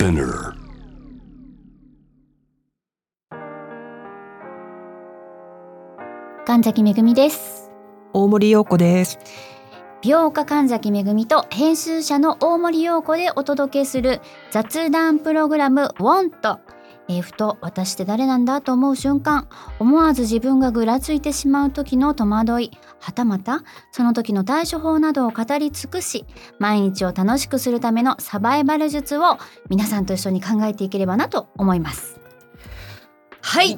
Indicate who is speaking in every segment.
Speaker 1: Spinner.
Speaker 2: 神崎めぐみです。
Speaker 3: 大森洋子です。
Speaker 2: 美容家神崎めぐみと編集者の大森洋子でお届けする雑談プログラム Want。ふと私って誰なんだと思う瞬間、思わず自分がぐらついてしまう時の戸惑い、はたまたその時の対処法などを語り尽くし、毎日を楽しくするためのサバイバル術を皆さんと一緒に考えていければなと思います。はい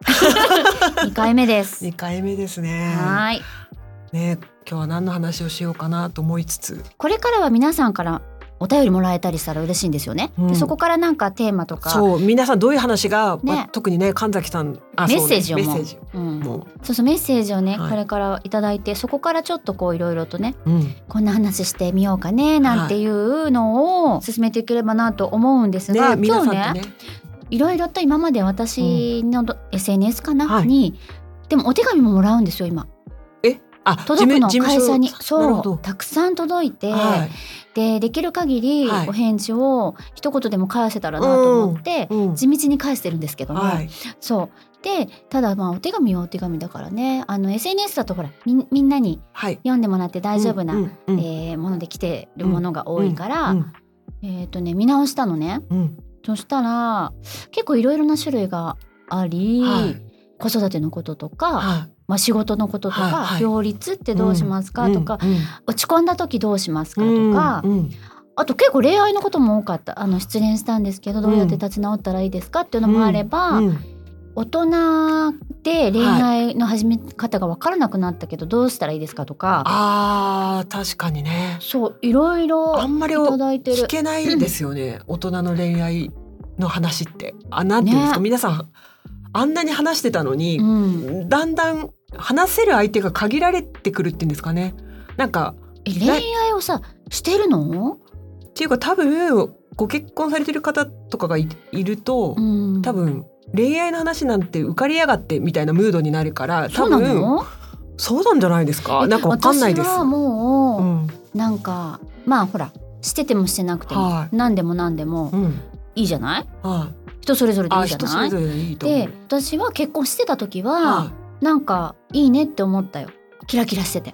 Speaker 2: 2回目です。
Speaker 3: 2回目ですね。
Speaker 2: はい、
Speaker 3: ね、今日は何の話をしようかなと思いつつ、
Speaker 2: これからは皆さんからお便りもらえたりしたら嬉しいんですよね、でそこからなんかテーマとか、
Speaker 3: そう皆さんどういう話が、
Speaker 2: ね、
Speaker 3: 特にね神崎さん
Speaker 2: メッセージをもう
Speaker 3: メッセージ、
Speaker 2: そうメッセージをね、
Speaker 3: はい、
Speaker 2: これからいただいて、そこからちょっとこういろいろとね、こんな話してみようかねなんていうのを進めていければなと思うんですが、今日ねいろいろと今まで私の、SNS かな、にでもお手紙ももらうんですよ今。届くの会社にそうたくさん届いて、できる限りお返事を一言でも返せたらなと思って、地道に返してるんですけども、そうでただお手紙はお手紙だからね、SNS だとほらみんなに読んでもらって大丈夫な、もので来てるものが多いから、見直したのね、そしたら結構いろいろな種類があり、子育てのこととか、仕事のこととか、両立ってどうしますかとか、落ち込んだ時どうしますかとか、あと結構恋愛のことも多かった。失恋したんですけどどうやって立ち直ったらいいですかっていうのもあれば、大人で恋愛の始め方が分からなくなったけどどうしたらいいですかとか、
Speaker 3: 確かにね、
Speaker 2: そういろいろ
Speaker 3: あんまり
Speaker 2: いただいてる。
Speaker 3: 聞けないですよね、大人の恋愛の話って。なんていうんですか、皆さんあんなに話してたのに、だんだん話せる相手が限られてくるっていうんですかね。なんか
Speaker 2: 恋愛をさしてるの
Speaker 3: っていうか、多分ご結婚されてる方とかが いると、多分恋愛の話なんて浮かり上がってみたいなムードになるから、多分そうなんじゃないですか。なんかわかんないです。
Speaker 2: 私はもう、なんかほらしててもしてなくても、何でも何でもいいじゃない、人それぞれでいいじゃない。で私は結婚してた時は、なんかいいねって思ったよ。キラキラしてて、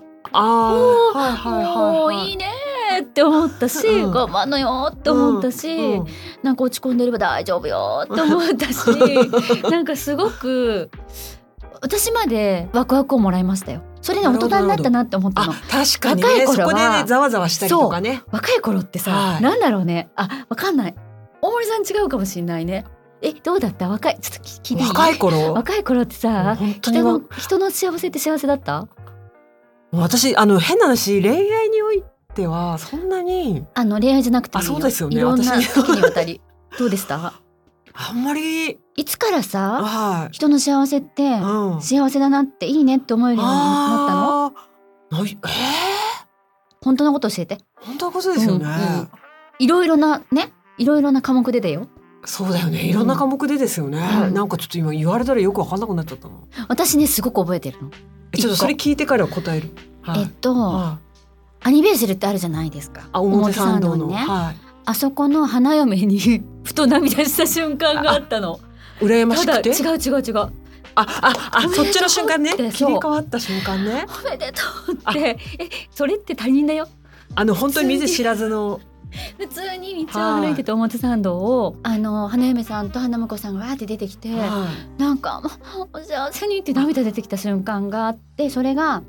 Speaker 2: もういいねって思ったし、頑張んのよって思ったし、なんか落ち込んでれば大丈夫よって思ったしなんかすごく私までワクワクをもらいましたよ。それね、大人になったなって思ったの。
Speaker 3: 確かにね、
Speaker 2: 若い頃は
Speaker 3: そこでねざわざわしたりとかね。
Speaker 2: 若い頃ってさ、なんだろうね、わかんない、大森さん違うかもしれないね。どうだった？ちょっと聞いていい？若い頃ってさ、人の幸せって幸せだった？
Speaker 3: 私変な話、恋愛においてはそんなに
Speaker 2: 恋愛じゃなくていいよ。
Speaker 3: そうですよね。
Speaker 2: いろんな時にわたりどうでした？
Speaker 3: あんまり
Speaker 2: いつからさ、人の幸せって幸せだなっていいねって思えるようになったの？本当のこと教えて。
Speaker 3: 本当のことですよね。
Speaker 2: いろいろな科目でだよ。
Speaker 3: そうだよね、いろんな科目でですよね。なんかちょっと今言われたらよく分かんなくなっちゃったの。
Speaker 2: 私ねすごく覚えてるの。
Speaker 3: ちょっとそれ聞いてから答える。
Speaker 2: アニベーシャルってあるじゃないですか、
Speaker 3: 表参道の
Speaker 2: ね。あそこの花嫁にふと涙した瞬間があったの。
Speaker 3: 羨ましくて？
Speaker 2: 違う。そっ
Speaker 3: ちの瞬間ね、切り替わった瞬間ね。
Speaker 2: おめでとうって。それって他人だよ。
Speaker 3: 本当に見ず知らずの
Speaker 2: 普通に道を歩いてて表参道を花嫁さんと花婿さんがわーって出てきて、なんかお幸せにって涙出てきた瞬間があって、それが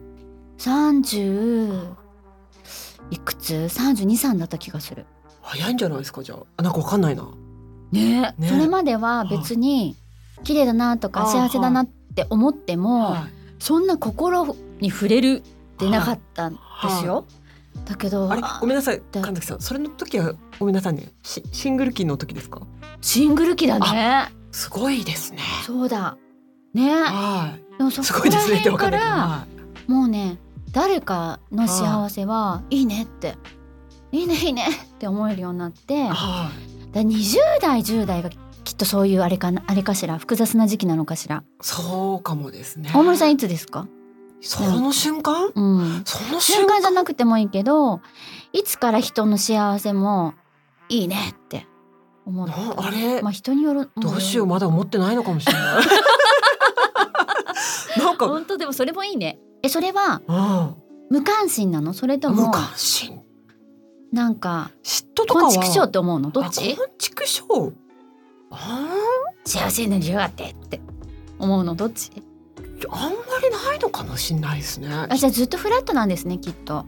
Speaker 2: 30いくつ32、3だった気がする。
Speaker 3: 早いんじゃないですか。じゃあなんかわかんないな。
Speaker 2: ね、それまでは別に綺麗だなとか幸せだなって思っても、そんな心に触れるってなかったんですよ。だけど
Speaker 3: ごめんなさい神崎さん、それの時はごめんなさいね、シングル期の時ですか？
Speaker 2: シングル期だね。
Speaker 3: すごいですね。
Speaker 2: そうだね。でもそこら辺からもうね、誰かの幸せはいいねっていいねって思えるようになって、20代10代がきっとそういうあれかしら、複雑な時期なのかしら。
Speaker 3: そうかもですね。
Speaker 2: 大森さんいつですか？
Speaker 3: その瞬間、その
Speaker 2: 瞬間じゃなくてもいいけど、いつから人の幸せもいいねって思って。
Speaker 3: あれ、
Speaker 2: 人による。
Speaker 3: どうしよう、まだ思ってないのかもしれないなんか
Speaker 2: 本当、でもそれもいいね。それは無関心なの？それとも
Speaker 3: 無関心、
Speaker 2: なんか
Speaker 3: 嫉妬とかは
Speaker 2: こんちくしょうって思うの？どっち？
Speaker 3: こんちくしょう、
Speaker 2: 幸せになりやがってって思うの？どっち？
Speaker 3: あんまりないのかもしれないですね。
Speaker 2: じゃあずっとフラットなんですね、きっと。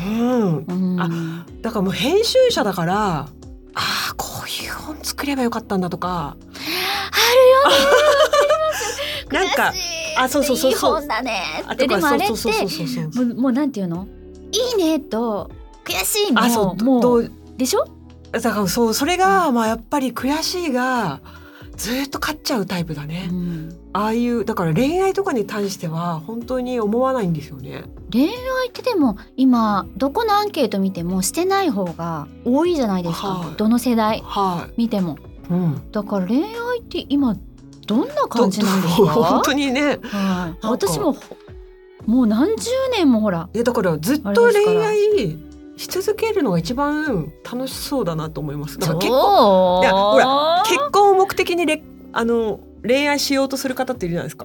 Speaker 3: だからもう編集者だから、こういう本作ればよかったんだとか
Speaker 2: あるよね
Speaker 3: なんかそうそうそうそう、
Speaker 2: いい本だねって。でもあれってもうなんていうの、いいねと悔しいもうでしょ。
Speaker 3: だからそれがやっぱり悔しいがずっと勝っちゃうタイプだね。ああいうだから恋愛とかに対しては本当に思わないんですよね。
Speaker 2: 恋愛ってでも今どこのアンケート見てもしてない方が多いじゃないですか、どの世代見ても、だから恋愛って今どんな感じなんですか？
Speaker 3: 本当にね、
Speaker 2: 私ももう何十年もほら、
Speaker 3: だからずっと恋愛し続けるのが一番楽しそうだなと思います。だから結婚を目的に恋愛しようとする方っているじゃないですか。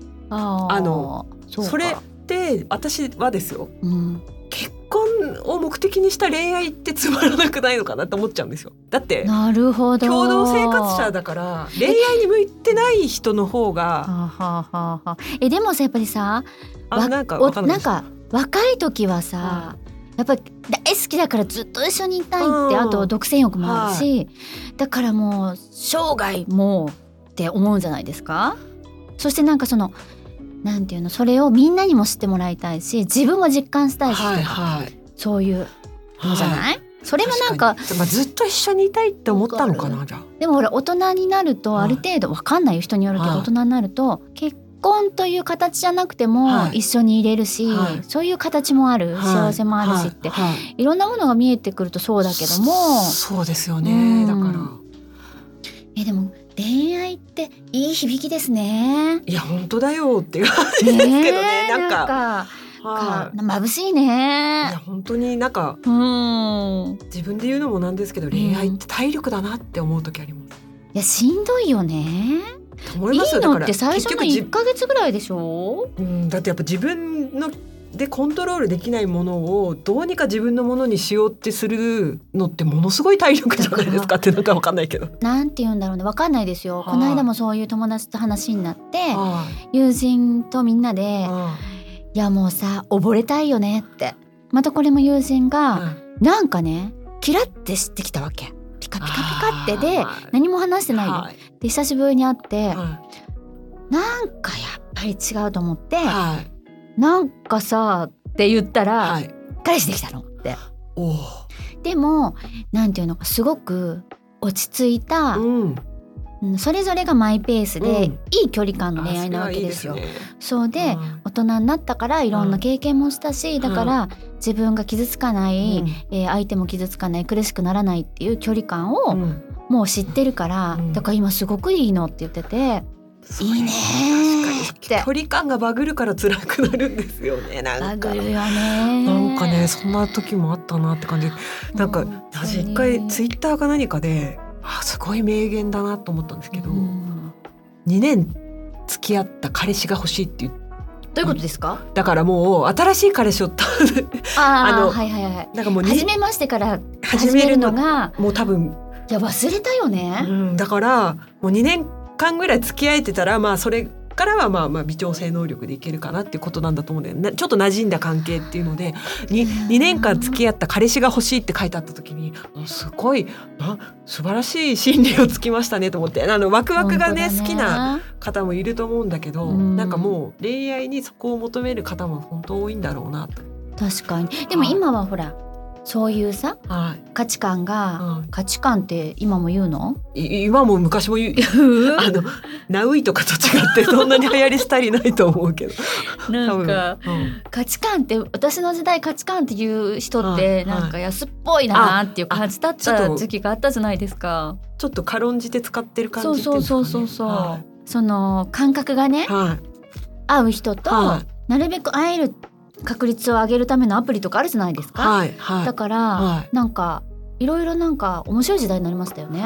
Speaker 3: それって私はですよ、結婚を目的にした恋愛ってつまらなくないのかなって思っちゃうんですよ。だって
Speaker 2: なるほど、
Speaker 3: 共同生活者だから恋愛に向いてない人の方が
Speaker 2: でもさ、やっぱりさ、なんか若い時はさ、やっぱり大好きだからずっと一緒にいたいって、あと独占欲もあるし、だからもう生涯もうって思うんじゃないですか。そしてなんかそのなんていうの、それをみんなにも知ってもらいたいし、自分も実感したいし、そういうのじゃない？それもなんか
Speaker 3: ずっと一緒にいたいって思ったのかな。じゃあ
Speaker 2: でもほら、大人になるとある程度、わかんないよ、人によるけど、大人になると結婚という形じゃなくても一緒にいれるし、そういう形もある、幸せもあるしって、いろんなものが見えてくるとそうだけども。
Speaker 3: そうですよね。だから
Speaker 2: でも恋愛っていい響きですね。
Speaker 3: いや本当だよっていう感じですけどね。なんか
Speaker 2: 眩しいね。
Speaker 3: いや本当になんか自分で言うのもなんですけど、恋愛って体力だなって思う時あります。
Speaker 2: いやしんどいよね。いいのって最初の1ヶ月ぐらいでしょ。
Speaker 3: だってやっぱ自分のでコントロールできないものをどうにか自分のものにしようってするのってものすごい体力じゃないですかって。なんか分かんないけど、
Speaker 2: なんて言うんだろうね、分かんないですよ。この間もそういう友達と話になって、友人とみんなでいやもうさ溺れたいよねって。またこれも友人がなんかねキラッてしてきたわけ。ピカピカピカってで何も話してないよ。で久しぶりに会ってなんかやっぱり違うと思って、なんかさって言ったら、彼氏できたのって。でもなんていうのか、すごく落ち着いた、それぞれがマイペースで、いい距離感の恋愛なわけですよ。そうで、大人になったからいろんな経験もしたし、だから自分が傷つかない、相手も傷つかない、苦しくならないっていう距離感をもう知ってるから、だから今すごくいいのって言ってて、いいねって。
Speaker 3: 距離感がバグるから辛くなるんですよね。
Speaker 2: バグるよね。
Speaker 3: なんかね、そんな時もあったなって感じ。なんか私一回ツイッターか何かですごい名言だなと思ったんですけど、2年付き合った彼氏が欲しいって言って。
Speaker 2: どういうことですか？
Speaker 3: だからもう新しい彼氏をなんかもう
Speaker 2: 初めましてから始めるのが
Speaker 3: もう多分
Speaker 2: いや忘れたよね。
Speaker 3: だからもう2年間ぐらい付き合えてたら、それからは微調整能力でいけるかなっていうことなんだと思うんだよね。ちょっと馴染んだ関係っていうので 2年間付き合った彼氏が欲しいって書いてあった時に、すごい素晴らしい心理をつきましたねと思って、ワクワクがね好きな方もいると思うんだけど、なんかもう恋愛にそこを求める方も本当多いんだろうなと。
Speaker 2: 確かに。でも今はほらそういうさ、価値観が、価値観って今も言うの？
Speaker 3: 今も昔も言うナウイとかと違ってそんなに流行りしたりないと思うけど
Speaker 2: なんか、価値観って私の時代価値観っていう人ってなんか安っぽいなっていう感じだった時期があったじゃないですか。
Speaker 3: ちょっと軽んじて使ってる感じって
Speaker 2: いうかね。そう、その感覚がね、合う人となるべく会える確率を上げるためのアプリとかあるじゃないですか。だから、なんかいろいろなんか面白い時代になりましたよね。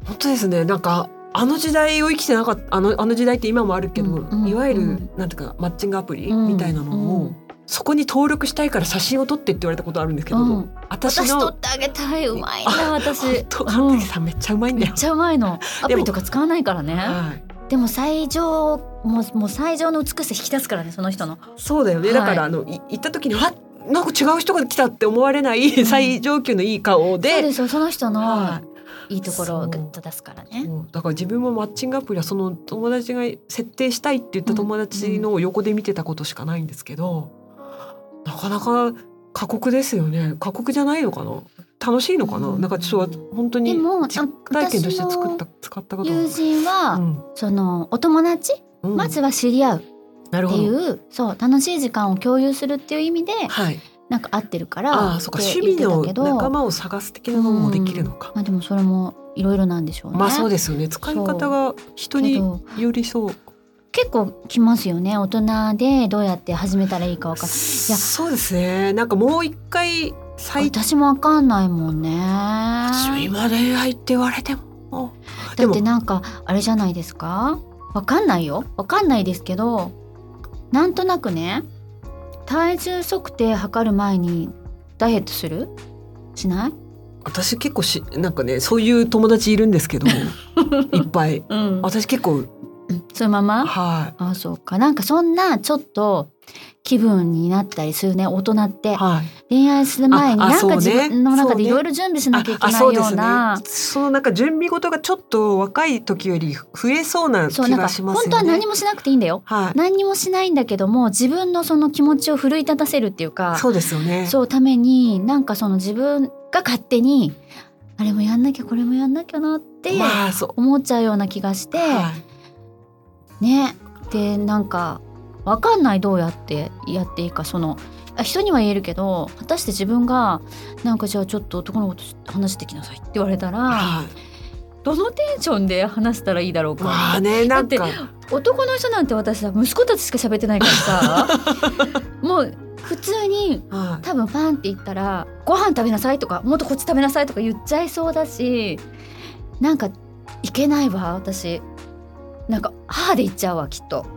Speaker 3: 本当ですね。なんかあの時代を生きてなかった、あの時代って今もあるけど、いわゆるなんていうかマッチングアプリみたいなのを、そこに登録したいから写真を撮ってって言われたことあるんですけど、
Speaker 2: 私撮ってあげたい。うまいな私。
Speaker 3: 神崎さんめっちゃうまいんだよ。
Speaker 2: めっちゃうまいの。アプリとか使わないからね。でも最上もう最上の美しさ引き出すからね、その人の。
Speaker 3: そうだよね。だから行った時になんか違う人が来たって思われない最上級のいい顔で、
Speaker 2: そうですよ、その人のいいところをグッと出すからね。
Speaker 3: だから自分もマッチングアプリはその友達が設定したいって言った友達の横で見てたことしかないんですけど、なかなか過酷ですよね。過酷じゃないのかな、楽しいのかな、なんかちょっと本当に実体験として使ったこと。
Speaker 2: 友人は、そのお友達、まずは知り合うっていう、そう楽しい時間を共有するっていう意味で、なんか合ってるから
Speaker 3: そうか、趣味の仲間を探す的なのもできるのか。
Speaker 2: でもそれもいろいろなんでしょうね。
Speaker 3: そうですよね。使い方が人によりそう。
Speaker 2: 結構きますよね。大人でどうやって始めたらいいか分かんない。
Speaker 3: そうですね。なんかもう一回
Speaker 2: 私も分かんないもんね。
Speaker 3: 私も今恋愛って言われても、
Speaker 2: だってなんかあれじゃないですか。分かんないよ、分かんないですけど、なんとなくね、体重測定測る前にダイエットする？しない？
Speaker 3: 私結構なんかね、そういう友達いるんですけどいっぱい、私結構
Speaker 2: そのまま、そうか。なんかそんなちょっと気分になったりするね、大人って、恋愛する前になんか自分の中でいろいろ準備しなきゃいけないような、
Speaker 3: そのなんか準備事がちょっと若い時より増えそうな気がしますよね。
Speaker 2: 本当は何もしなくていいんだよ、何もしないんだけども、自分のその気持ちを奮い立たせるっていうか、
Speaker 3: そうですよね。
Speaker 2: そうためになんかその自分が勝手にあれもやんなきゃこれもやんなきゃなって思っちゃうような気がして、ね。でなんか分かんない、どうやってやっていいか。その人には言えるけど、果たして自分がなんかじゃあちょっと男の子と話してきなさいって言われたら、どのテンションで話したらいいだろうか。だって男の人なんて私は息子たちしか喋ってないからさもう普通に多分パンって言ったらご飯食べなさいとかもっとこっち食べなさいとか言っちゃいそうだし、なんかいけないわ私。なんか母で言っちゃうわきっと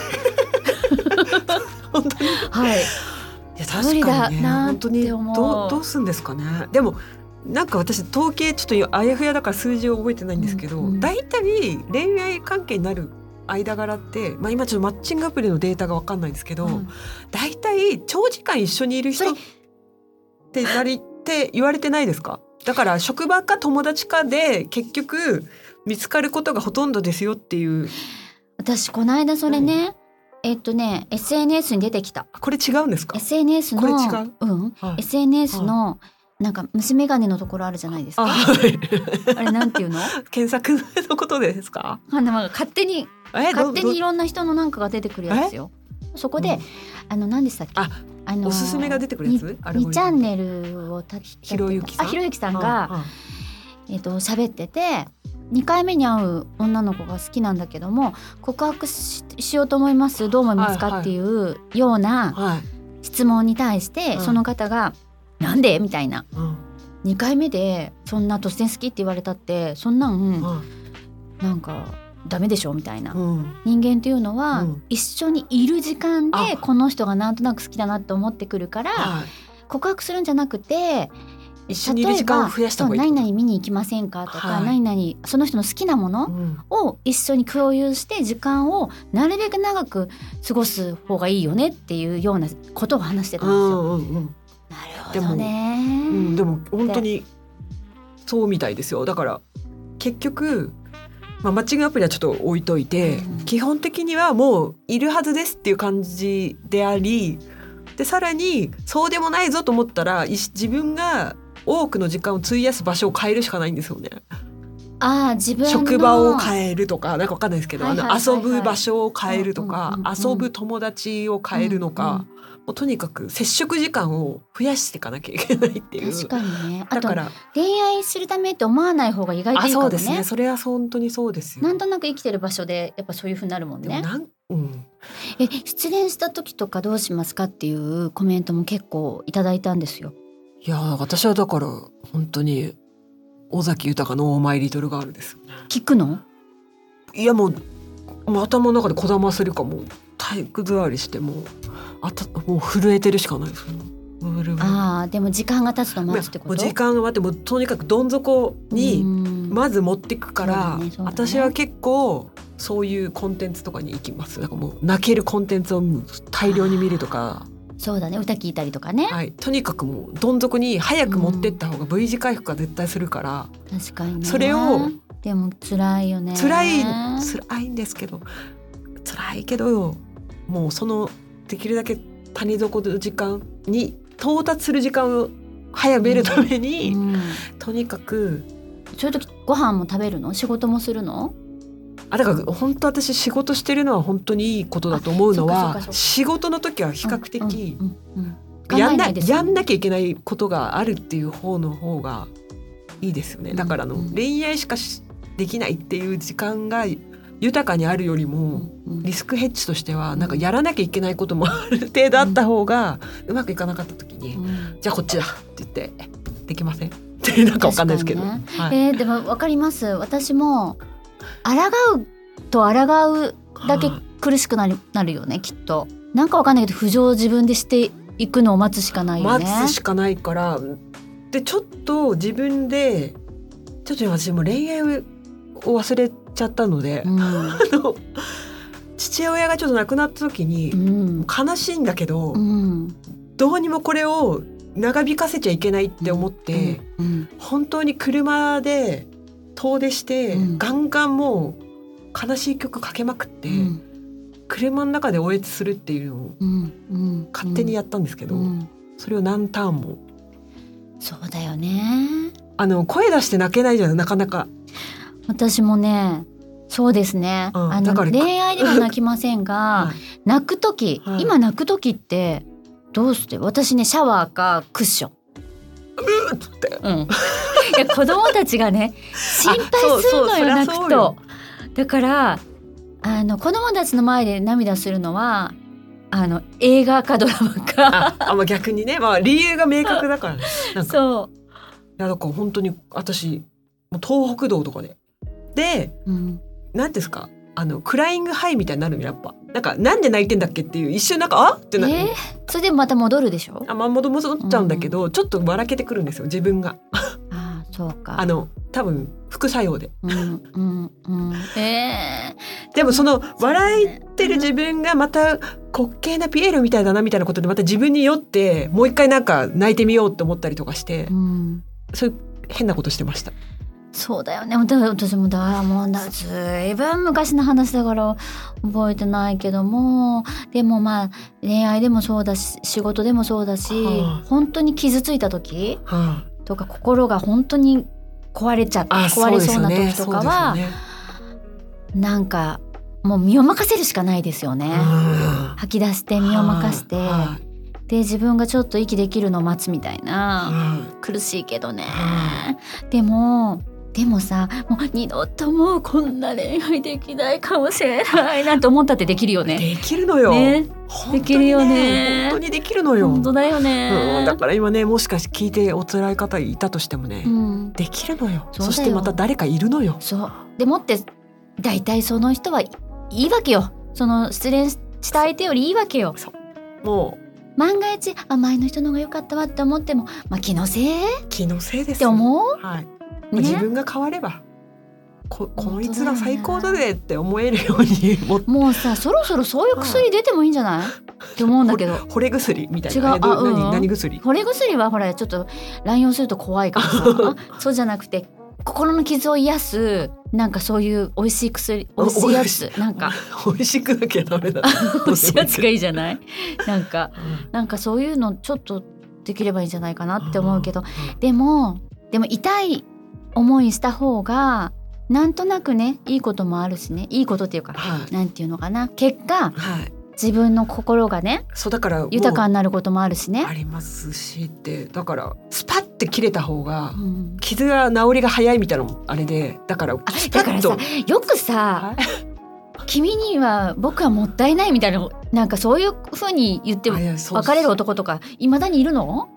Speaker 3: 本当に
Speaker 2: はい。い
Speaker 3: や確かにね、本当にどうするんですかね。でもなんか私統計ちょっとあやふやだから数字を覚えてないんですけど、だいたい恋愛関係になる間柄って、今ちょっとマッチングアプリのデータが分かんないんですけど、だいたい長時間一緒にいる人って言われてないですか。だから職場か友達かで結局見つかることがほとんどですよっていう。
Speaker 2: 私この間それね、SNS に出てきた。
Speaker 3: これ違うんですか？
Speaker 2: SNS の
Speaker 3: これ違う、
Speaker 2: SNS のなんか虫眼鏡のところあるじゃないですか。あれなんていうの？
Speaker 3: 検索のことですか？
Speaker 2: 勝手にいろんな人のなんかが出てくるやつよ。そこで、何でしたっけ？
Speaker 3: おすすめが出てくるやつ
Speaker 2: 2チャンネルをひろゆきさんが喋ってて、2回目に会う女の子が好きなんだけども告白 しようと思います、どう思いますかっていうような質問に対して、その方がなんでみたいな、2回目でそんな突然好きって言われたってそんなん、なんかダメでしょみたいな、人間っていうのは、一緒にいる時間でこの人がなんとなく好きだなって思ってくるから、告白するんじゃなくて
Speaker 3: 一緒にいる時間を増やした方がいい。
Speaker 2: 何々見に行きませんかとか、何々その人の好きなものを一緒に共有して時間をなるべく長く過ごす方がいいよねっていうようなことを話してたんですよ。なるほどね。
Speaker 3: でも本当にそうみたいですよ。だから結局マッチングアプリはちょっと置いといて、基本的にはもういるはずですっていう感じであり、でさらにそうでもないぞと思ったら自分が多くの時間を費やす場所を変えるしかないんですよね。
Speaker 2: 自分の
Speaker 3: 職場を変えるとかなんか分かんないですけど、遊ぶ場所を変えるとか、遊ぶ友達を変えるのか、もうとにかく接触時間を増やしていかなきゃいけないっていう。
Speaker 2: 確かにね。あと
Speaker 3: だから
Speaker 2: 恋愛するためって思わない方が意外といいかもね。
Speaker 3: そうですね。それは本当にそうですよ。
Speaker 2: なんとなく生きてる場所でやっぱそういう風になるもんね。失恋した時とかどうしますかっていうコメントも結構いただいたんですよ。
Speaker 3: いや私はだから本当に尾崎豊のオーマイリトルガールです。
Speaker 2: 聞くの？
Speaker 3: いやもう頭の中でこだまするかも体育座りしてもう震えてるしかないです。
Speaker 2: ああ、でも時間が経つの待つってこと？
Speaker 3: もう時間が待ってもうとにかくどん底にまず持ってくから、私は結構そういうコンテンツとかに行きます。だからもう泣けるコンテンツを大量に見るとか。
Speaker 2: そうだね、歌聞いたりとかね、
Speaker 3: はい、とにかくもうどん底に早く持ってった方が V 字回復が絶対するから、
Speaker 2: 確かにね。
Speaker 3: それを
Speaker 2: でも辛いよね。
Speaker 3: 辛いんですけど、辛いけどもうそのできるだけ谷底の時間に到達する時間を早めるために、とにかく。
Speaker 2: そういう時ご飯も食べるの？仕事もするの？
Speaker 3: だから本当私仕事してるのは本当にいいことだと思うのは、仕事の時は比較的やんなきゃいけないことがあるっていう方がいいですよね。だから恋愛しかできないっていう時間が豊かにあるよりも、リスクヘッジとしてはなんかやらなきゃいけないこともある程度あった方が、うまくいかなかった時に、じゃあこっちだって言ってできませんってなんかわかんないですけど、
Speaker 2: ね、はい、でもわかります。私も抗うと抗うだけ苦しくなるよね、きっと。なんかわかんないけど浮上を自分でしていくのを待つしかないよね。
Speaker 3: 待つしかないからで、ちょっと自分でちょっと私も恋愛を忘れちゃったので、父親がちょっと亡くなった時に、悲しいんだけど、どうにもこれを長引かせちゃいけないって思って、本当に車で遠出して、ガンガンもう悲しい曲かけまくって、車の中でおえつするっていうのを勝手にやったんですけど、それを何ターンも。
Speaker 2: そうだよね。
Speaker 3: 声出して泣けないじゃん、なかなか。
Speaker 2: 私もね、そうですね、だから恋愛では泣きませんが、泣く時、今泣く時ってどうして？私ね、シャワーかクッション。いや子供たちがね心配するのよ、泣くと。だから子供たちの前で涙するのは映画かドラマか
Speaker 3: 逆にね、理由が明確だからね。なんか
Speaker 2: そう。
Speaker 3: いやだから本当に私もう東北道とかでなんですか、クライングハイみたいになるの、やっぱなんで泣いてんだっけっていう一瞬ってなる、
Speaker 2: それでまた戻るでしょ。
Speaker 3: 戻っちゃうんだけど、ちょっと笑けてくるんですよ、自分が。
Speaker 2: そうか。
Speaker 3: 多分副作用で。
Speaker 2: で
Speaker 3: もその笑いてる自分がまた滑稽なピエールみたいだなみたいなことでまた自分に酔ってもう一回泣いてみようって思ったりとかして、そういう変なことしてました。
Speaker 2: そうだよね。私ももうずいぶん昔の話だから覚えてないけども、でも恋愛でもそうだし仕事でもそうだし、本当に傷ついた時、とか心が本当に壊れそうな時とかは、なんかもう身を任せるしかないですよね。吐き出して身を任せて、で自分がちょっと息できるのを待つみたいな、苦しいけどね。でもさ、もう二度ともうこんな恋愛できないかもしれないなと思ったってできるよね。
Speaker 3: できるのよ、
Speaker 2: ね、できるよね。
Speaker 3: 本当にできるのよ。
Speaker 2: 本当だよね、
Speaker 3: だから今ね、もしかして聞いてお辛い方いたとしてもね、できるのよ。そしてまた誰かいるのよ。
Speaker 2: そうでもって大体その人はいいわけよ。その失恋した相手よりいいわけよ。
Speaker 3: もう
Speaker 2: 万が一前の人の方が良かったわって思っても、気のせい
Speaker 3: です
Speaker 2: って思う、
Speaker 3: 自分が変わればこいつが最高だぜって思えるように
Speaker 2: もうさ、そろそろそういう薬出てもいいんじゃないって思うんだけど。
Speaker 3: 惚れ薬みたいな。
Speaker 2: 違う。
Speaker 3: 何薬？
Speaker 2: 惚れ薬はほらちょっと乱用すると怖いからさそうじゃなくて、心の傷を癒すなんかそういう美味しい薬、美味しいやつ、なんか
Speaker 3: 美味しくなきゃダメだ。
Speaker 2: 美味しいやつがいいじゃないなんかそういうのちょっとできればいいんじゃないかなって思うけど、でも痛い思いした方がなんとなくね、いいこともあるしね。いいことっていうか、なんていうのかな、結果、自分の心がね、
Speaker 3: そうだから
Speaker 2: 豊かになることもあるしね。
Speaker 3: ありますしって、だからスパッて切れた方が、傷が治りが早いみたいなのあれで、だから
Speaker 2: さ、よくさ、君には僕はもったいないみたいな、なんかそういう風に言って別れる男とかいまだにいるの？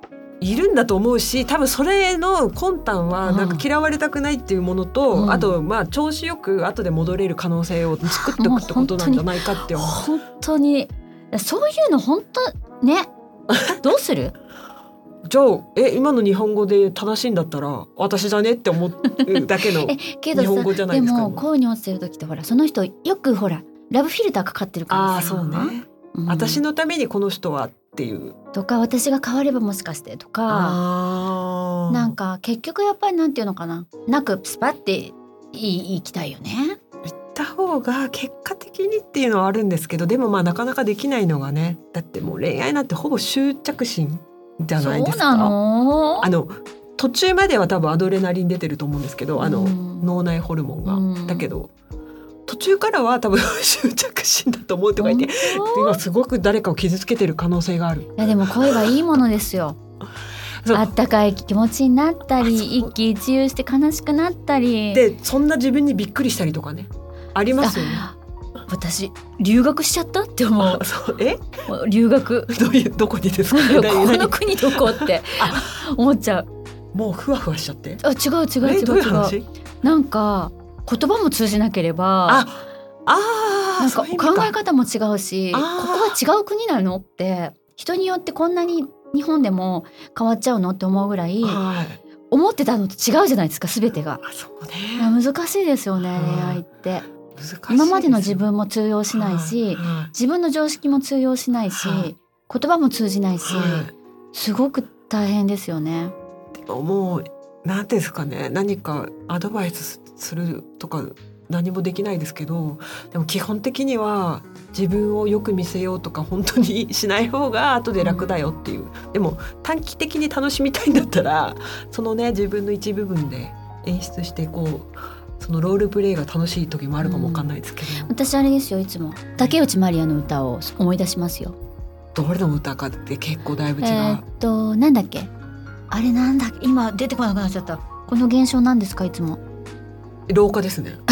Speaker 3: いるんだと思うし、多分それの魂胆はなんか嫌われたくないっていうものと、あとまあ調子よく後で戻れる可能性を作っておくってことなんじゃないかって思う。
Speaker 2: 本当にそういうの本当ねどうする
Speaker 3: じゃあ今の日本語で正しいんだったら私じゃねって思うだけの日本語じゃないですか。
Speaker 2: でも恋に落ちてる時ってほらその人よくほらラブフィルターかかってるからさ。
Speaker 3: そうね、私のためにこの人はっていう
Speaker 2: とか、私が変わればもしかしてとか、なんか結局やっぱりなんていうのかな、なくスパって行きたいよね。
Speaker 3: 行った方が結果的にっていうのはあるんですけど、でもまあなかなかできないのがね、だってもう恋愛なんてほぼ執着心じゃないですか。
Speaker 2: そうなの？
Speaker 3: 途中までは多分アドレナリン出てると思うんですけど、脳内ホルモンが、だけど途中からは多分執着心だと思うとか言って今すごく誰かを傷つけてる可能性がある。い
Speaker 2: やでも恋はいいものですよあったかい気持ちになったり一喜一憂して悲しくなったり
Speaker 3: で、そんな自分にびっくりしたりとかね、ありますよね。
Speaker 2: 私留学しちゃったって思う。留学
Speaker 3: どこにですか？
Speaker 2: この国どこって思っちゃう。
Speaker 3: もうふわふわしちゃって。
Speaker 2: 違うなんか言葉も通じなければなんか考え方も違うし、ここは違う国なのって人によってこんなに日本でも変わっちゃうのって思うぐらい、思ってたのと違うじゃないですか、全てが。
Speaker 3: そうね、
Speaker 2: 難しいですよね、恋愛って。今までの自分も通用しないし、自分の常識も通用しないし、言葉も通じないし、すごく大変ですよね。
Speaker 3: もうなんていうんですかね、何かアドバイスするとか何もできないですけど、でも基本的には自分をよく見せようとか本当にしない方が後で楽だよっていう、でも短期的に楽しみたいんだったらそのね自分の一部分で演出してそのロールプレイが楽しい時もあるかもわかんないですけど、
Speaker 2: 私あれですよ、いつも竹内まりやの歌を思い出しますよ。
Speaker 3: どれの歌かって結構だいぶ違う。
Speaker 2: なんだっけ、あれなんだっけ、今出てこなくなっちゃった。この現象なんですか？いつも
Speaker 3: 老化ですね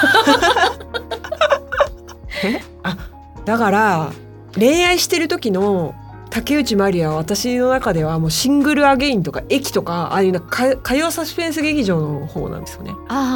Speaker 3: だから恋愛してる時の竹内まりやは私の中ではもうシングルアゲインとか駅とかああいう歌謡サスペンス劇場の方なんですよね。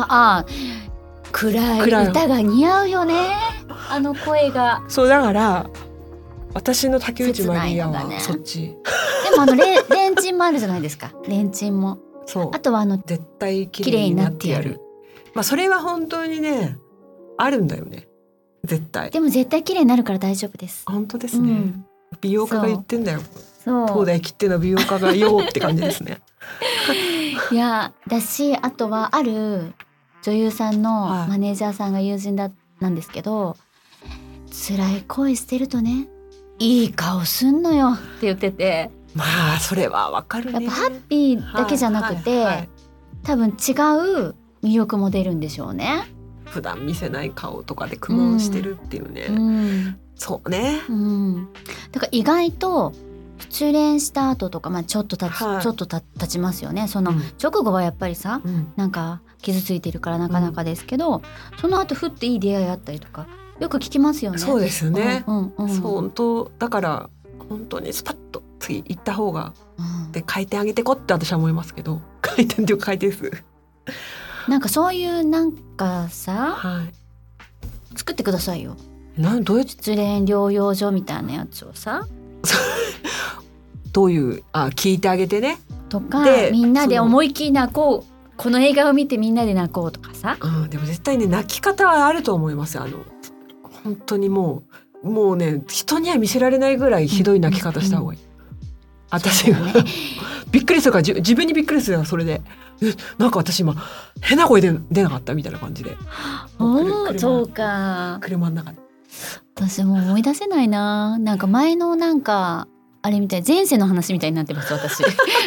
Speaker 2: 暗い歌が似合うよね、あの声が。
Speaker 3: そうだから私の竹内まりやはそっち。
Speaker 2: でもレンチンもあるじゃないですか。レンチンも。
Speaker 3: そう。
Speaker 2: あとは
Speaker 3: 絶対綺麗になってやる。まあそれは本当にねあるんだよね。絶対。
Speaker 2: でも絶対綺麗になるから大丈夫です。
Speaker 3: 本当ですね。美容家が言ってんだよ。東大切っての美容家がよって感じですね。
Speaker 2: いやだし、あとはある女優さんのマネージャーさんが友人なんですけど、辛い恋してるとねいい顔すんのよって言ってて。
Speaker 3: まあそれはわかるね。
Speaker 2: やっぱハッピーだけじゃなくて、多分違う魅力も出るんでしょうね。
Speaker 3: 普段見せない顔とかで苦悶してるっていうね、そうね、
Speaker 2: だから意外と失恋した後とか、ちょっと経ちますよね。その直後はやっぱりさ、なんか傷ついてるからなかなかですけど、その後ふっていい出会いあったりとかよく聞きますよね。
Speaker 3: そうですね、そう本当だから本当にスパッと次行った方が、で回転上げてこって私は思いますけど、回転っていうか回転数
Speaker 2: なんかそういうなんかさ、作ってくださいよ。
Speaker 3: どういう
Speaker 2: 失恋療養所みたいなやつをさ
Speaker 3: どういう聞いてあげてね
Speaker 2: とか、みんなで思いっきり泣こう、この映画を見てみんなで泣こうとかさ、
Speaker 3: でも絶対ね泣き方はあると思います。本当にもうね人には見せられないぐらいひどい泣き方した方がいい、私が、びっくりするから自分にびっくりするから、それでなんか私今変な声で出なかったみたいな感じで、
Speaker 2: そうか、
Speaker 3: 車の中で。
Speaker 2: 私も思い出せないな。なんか前のなんかあれみたい、前世の話みたいになってます私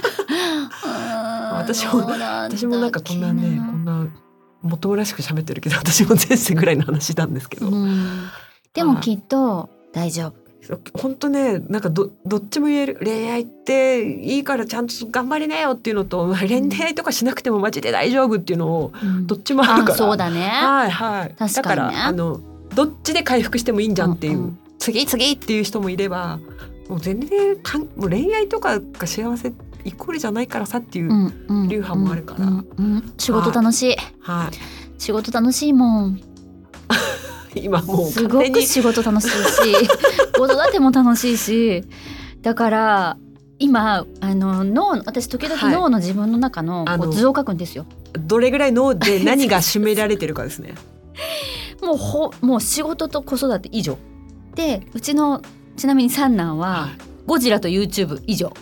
Speaker 3: 私もなんかこんなもっともらしく喋ってるけど、私も前世ぐらいの話なんですけど、
Speaker 2: でもきっと大丈夫。
Speaker 3: 本当ね、なんかどっちも言える。恋愛っていいからちゃんと頑張りなよっていうのと、恋愛とかしなくてもマジで大丈夫っていうのをどっちもあるから、
Speaker 2: そうだね、確かにね。
Speaker 3: だからどっちで回復してもいいんじゃんっていう、次っていう人もいれば、もう全然もう恋愛とかが幸せイコールじゃないからさっていう流派もあるから、
Speaker 2: 仕事楽しい、
Speaker 3: はい、
Speaker 2: 仕事楽しいもん
Speaker 3: 今もう
Speaker 2: すごく仕事楽しいし子育ても楽しいし、だから今私時々脳の自分の中のこう図を書くんですよ。
Speaker 3: どれぐらい脳で何が占められてるかですね
Speaker 2: もう仕事と子育て以上で、うちのちなみに三男はゴジラと YouTube 以上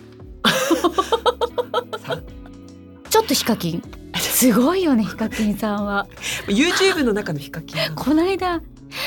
Speaker 2: ちょっとヒカキンすごいよね。ヒカキンさんは
Speaker 3: YouTube の中のヒカキン
Speaker 2: この間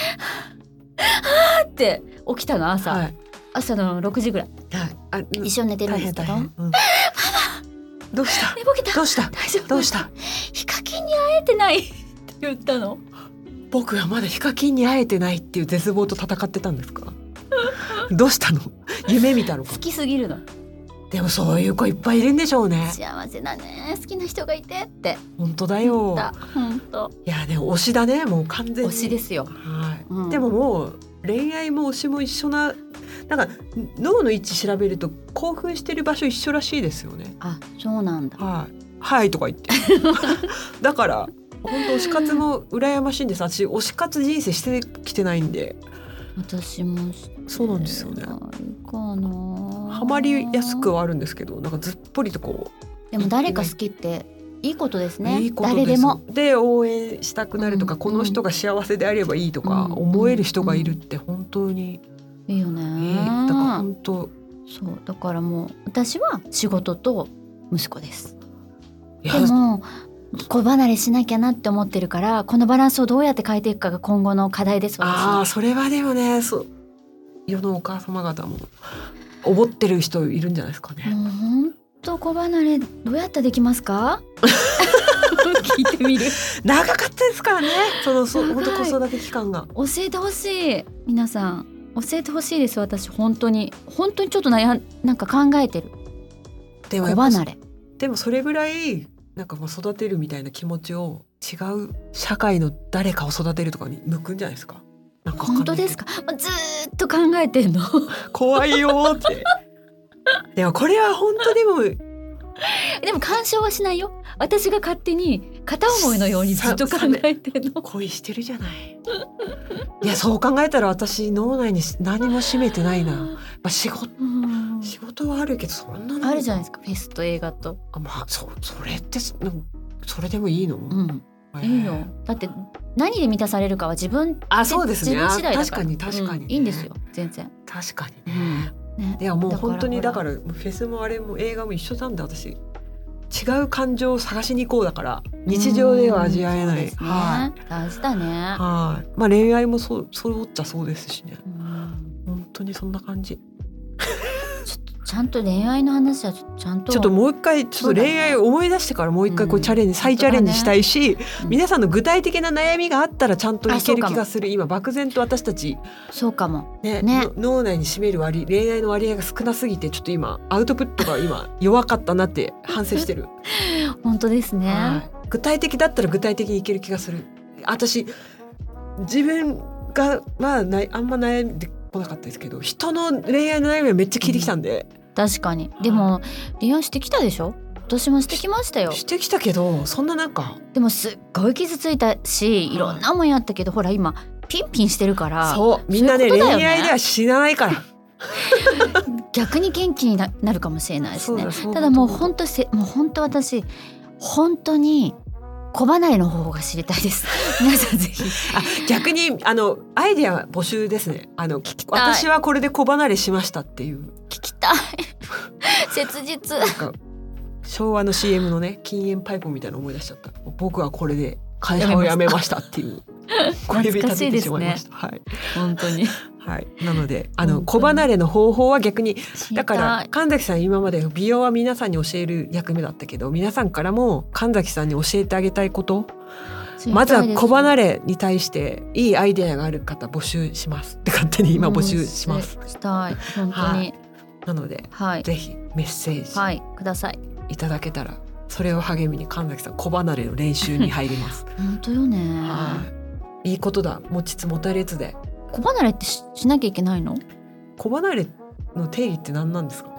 Speaker 2: って起きたの朝、はい、朝の6時ぐらい、はい、一緒に寝てるんですけど、
Speaker 3: どうした
Speaker 2: 寝ぼけた
Speaker 3: どうした
Speaker 2: 大丈夫
Speaker 3: どうした
Speaker 2: ヒカキンに会えてないって言ったの。
Speaker 3: 僕はまだヒカキンに会えてないっていう絶望と戦ってたんですかどうしたの夢見たのか。
Speaker 2: 好きすぎるの。
Speaker 3: でもそういう子いっぱいいるんでしょうね。
Speaker 2: 幸せだね、好きな人がいてって。
Speaker 3: 本当だよ。
Speaker 2: 本当。
Speaker 3: いやでも推しだね、もう完全に
Speaker 2: 推しですよ。
Speaker 3: はい。でももう恋愛も推しも一緒な、なんか脳の位置調べると興奮してる場所一緒らしいですよね。
Speaker 2: あ、そうなんだ。
Speaker 3: はい。はいとか言って。だから本当推し活も羨ましいんです。私推し活人生してきてないんで。
Speaker 2: 私も
Speaker 3: そうなんですよね。
Speaker 2: かな。
Speaker 3: ハマりやすくはあるんですけど、なんかずっぽりとこう。
Speaker 2: でも誰か好きっていいことですね。
Speaker 3: いいことです。
Speaker 2: 誰でも
Speaker 3: で応援したくなるとか、この人が幸せであればいいとか思える人がいるって本当に
Speaker 2: いいよね。
Speaker 3: だから本当
Speaker 2: そうだからもう私は仕事と息子です。でも子離れしなきゃなって思ってるから、このバランスをどうやって変えていくかが今後の課題です。
Speaker 3: ああ、それはでもね、世のお母様方も思ってる人いるんじゃないですかね。
Speaker 2: もう本当子離れどうやってできますか聞いてみる。
Speaker 3: 長かったですからね、本当子育て期間が。
Speaker 2: 教えてほしい、皆さん教えてほしいです。私本当にちょっとなんか考えてる。
Speaker 3: でも
Speaker 2: 子離れ
Speaker 3: でもそれぐらいなんかもう育てるみたいな気持ちを違う社会の誰かを育てるとかに向くんじゃないですか。なんか
Speaker 2: 本当ですか。ずーっと考えてんの。
Speaker 3: 怖いよって。でもこれは本当でも
Speaker 2: 干渉はしないよ。私が勝手に片思いのようにずっと考えてんの。
Speaker 3: 恋してるじゃない。いやそう考えたら私脳内に何も占めてないな。仕事はあるけどそんなの
Speaker 2: あるじゃないですか。フェスと映画と。
Speaker 3: それってそれでもいいの？
Speaker 2: いいよ。だって何で満たされるかは自分
Speaker 3: そうですね。
Speaker 2: 自分次第だから。
Speaker 3: 確かに、
Speaker 2: いいんですよ全然。
Speaker 3: 確かにね。いやもう本当にだからフェスもあれも映画も一緒なんで、私違う感情を探しに行こうだから日常では味わえない。
Speaker 2: 大事だね。
Speaker 3: はい。恋愛もそうっちゃそうですしね。本当にそんな感じ。
Speaker 2: ちゃんと恋愛の話はちゃんと
Speaker 3: ちょっともう一回恋愛を思い出してからもう一回こう再チャレンジしたいし、皆さんの具体的な悩みがあったらちゃんといける気がする。今漠然と私たち
Speaker 2: そうかも
Speaker 3: ね脳内に占める恋愛の割合が少なすぎて、ちょっと今アウトプットが今弱かったなって反省してる。
Speaker 2: 本当ですね。
Speaker 3: 具体的だったら具体的にいける気がする。私自分があんま悩んでこなかったですけど、人の恋愛の悩みはめっちゃ聞いてきたんで。
Speaker 2: 確かに。でも恋愛してきたでしょ。私もしてきましたよ。
Speaker 3: してきたけどそんななんか
Speaker 2: でもすっごい傷ついたし、いろんなもんやったけど、ほら今ピンピンしてるから。
Speaker 3: そうみんなね、恋愛では死なないから
Speaker 2: 逆に元気になるかもしれないですね。ただもう本当私本当に子離れの方法が知りたいです。皆さんぜひ。
Speaker 3: 逆にアイデア募集ですね。聞きたい。私はこれで子離れしましたっていう。
Speaker 2: 聞きたい。切実。なんか
Speaker 3: 昭和の CM のね、禁煙パイプみたいなの思い出しちゃった。僕はこれで会社を辞めましたっていう。小指立ててしまいました。はい。
Speaker 2: 本当に。
Speaker 3: はい、なので子離れの方法は逆にだから神崎さん今まで美容は皆さんに教える役目だったけど、皆さんからも神崎さんに教えてあげたいこと、まずは子離れに対していいアイデアがある方募集しますって勝手に今募集します。
Speaker 2: したい本当に。
Speaker 3: なので、ぜひメッセージ
Speaker 2: ください。
Speaker 3: いただけたらそれを励みに神崎さん子離れの練習に入ります。
Speaker 2: 本当よね。
Speaker 3: いいことだ。持ちつ持たれつで。
Speaker 2: 子離れってしなきゃいけないの？
Speaker 3: 子離れの定義って何なんですかね。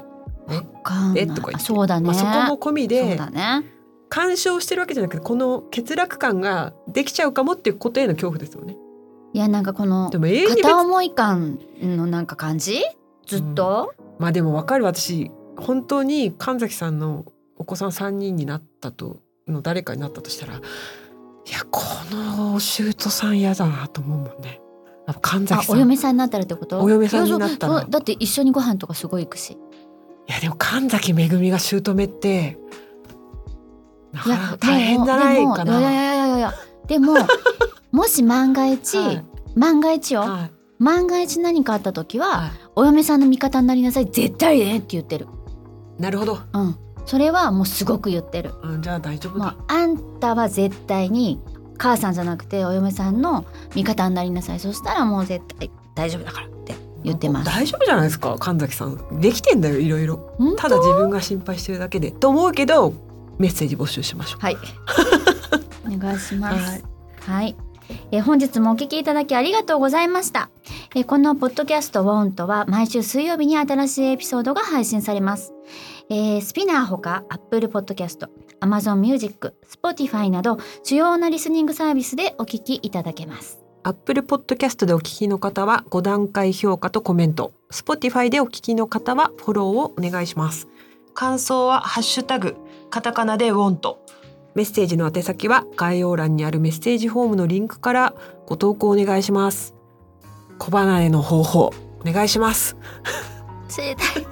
Speaker 3: とか言って、
Speaker 2: そうだね、
Speaker 3: そこも込みで、
Speaker 2: そうだね、
Speaker 3: 干渉してるわけじゃなくて、この欠落感ができちゃうかもっていうことへの恐怖ですよね。
Speaker 2: いやなんかこの片思い感のなんか感じずっと、
Speaker 3: まあでも分かる。私本当に神崎さんのお子さん3人になったとの誰かになったとしたら、いやこの舅さん嫌だなと思うもんね。神崎さん、
Speaker 2: お嫁さんになったらってこと？
Speaker 3: お嫁さんになったら
Speaker 2: だって一緒にご飯とかすごい行くし。い
Speaker 3: やでも神崎めぐみが姑って大変じゃないかな。
Speaker 2: いやでももし万が一、万が一よ、万が一何かあった時は、お嫁さんの味方になりなさい絶対ねって言ってる。
Speaker 3: なるほど、
Speaker 2: それはもうすごく言ってる、
Speaker 3: じゃあ大丈夫だ。
Speaker 2: あんたは絶対に母さんじゃなくてお嫁さんの味方になりなさい、そしたらもう絶対大丈夫だからって言ってます。
Speaker 3: 大丈夫じゃないですか、神崎さんできてんだよ、いろいろ。ただ自分が心配してるだけでと思うけど、メッセージ募集しましょう。
Speaker 2: はいお願いします。はい、本日もお聞きいただきありがとうございました。このポッドキャストウォントは毎週水曜日に新しいエピソードが配信されます。スピナーほか Apple Podcast、Amazon Music、Spotify など主要なリスニングサービスでお聞きいただけます。
Speaker 3: Apple Podcast でお聞きの方は5段階評価とコメント、Spotify でお聞きの方はフォローをお願いします。感想はハッシュタグカタカナでウォント。メッセージの宛先は概要欄にあるメッセージフォームのリンクからご投稿お願いします。小離れの方法お願いします。
Speaker 2: 知りたい